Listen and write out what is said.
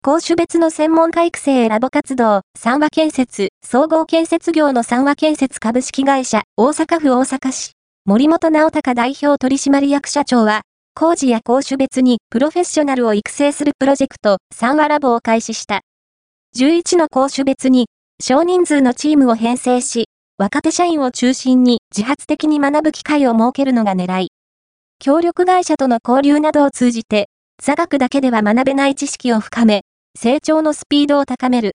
校種別の専門家育成ラボ活動、三和建設、総合建設業の三和建設株式会社、大阪府大阪市、森本直隆代表取締役社長は、工事や校種別にプロフェッショナルを育成するプロジェクト、三和ラボを開始した。11の校種別に、少人数のチームを編成し、若手社員を中心に自発的に学ぶ機会を設けるのが狙い。協力会社との交流などを通じて、座学だけでは学べない知識を深め、成長のスピードを高める。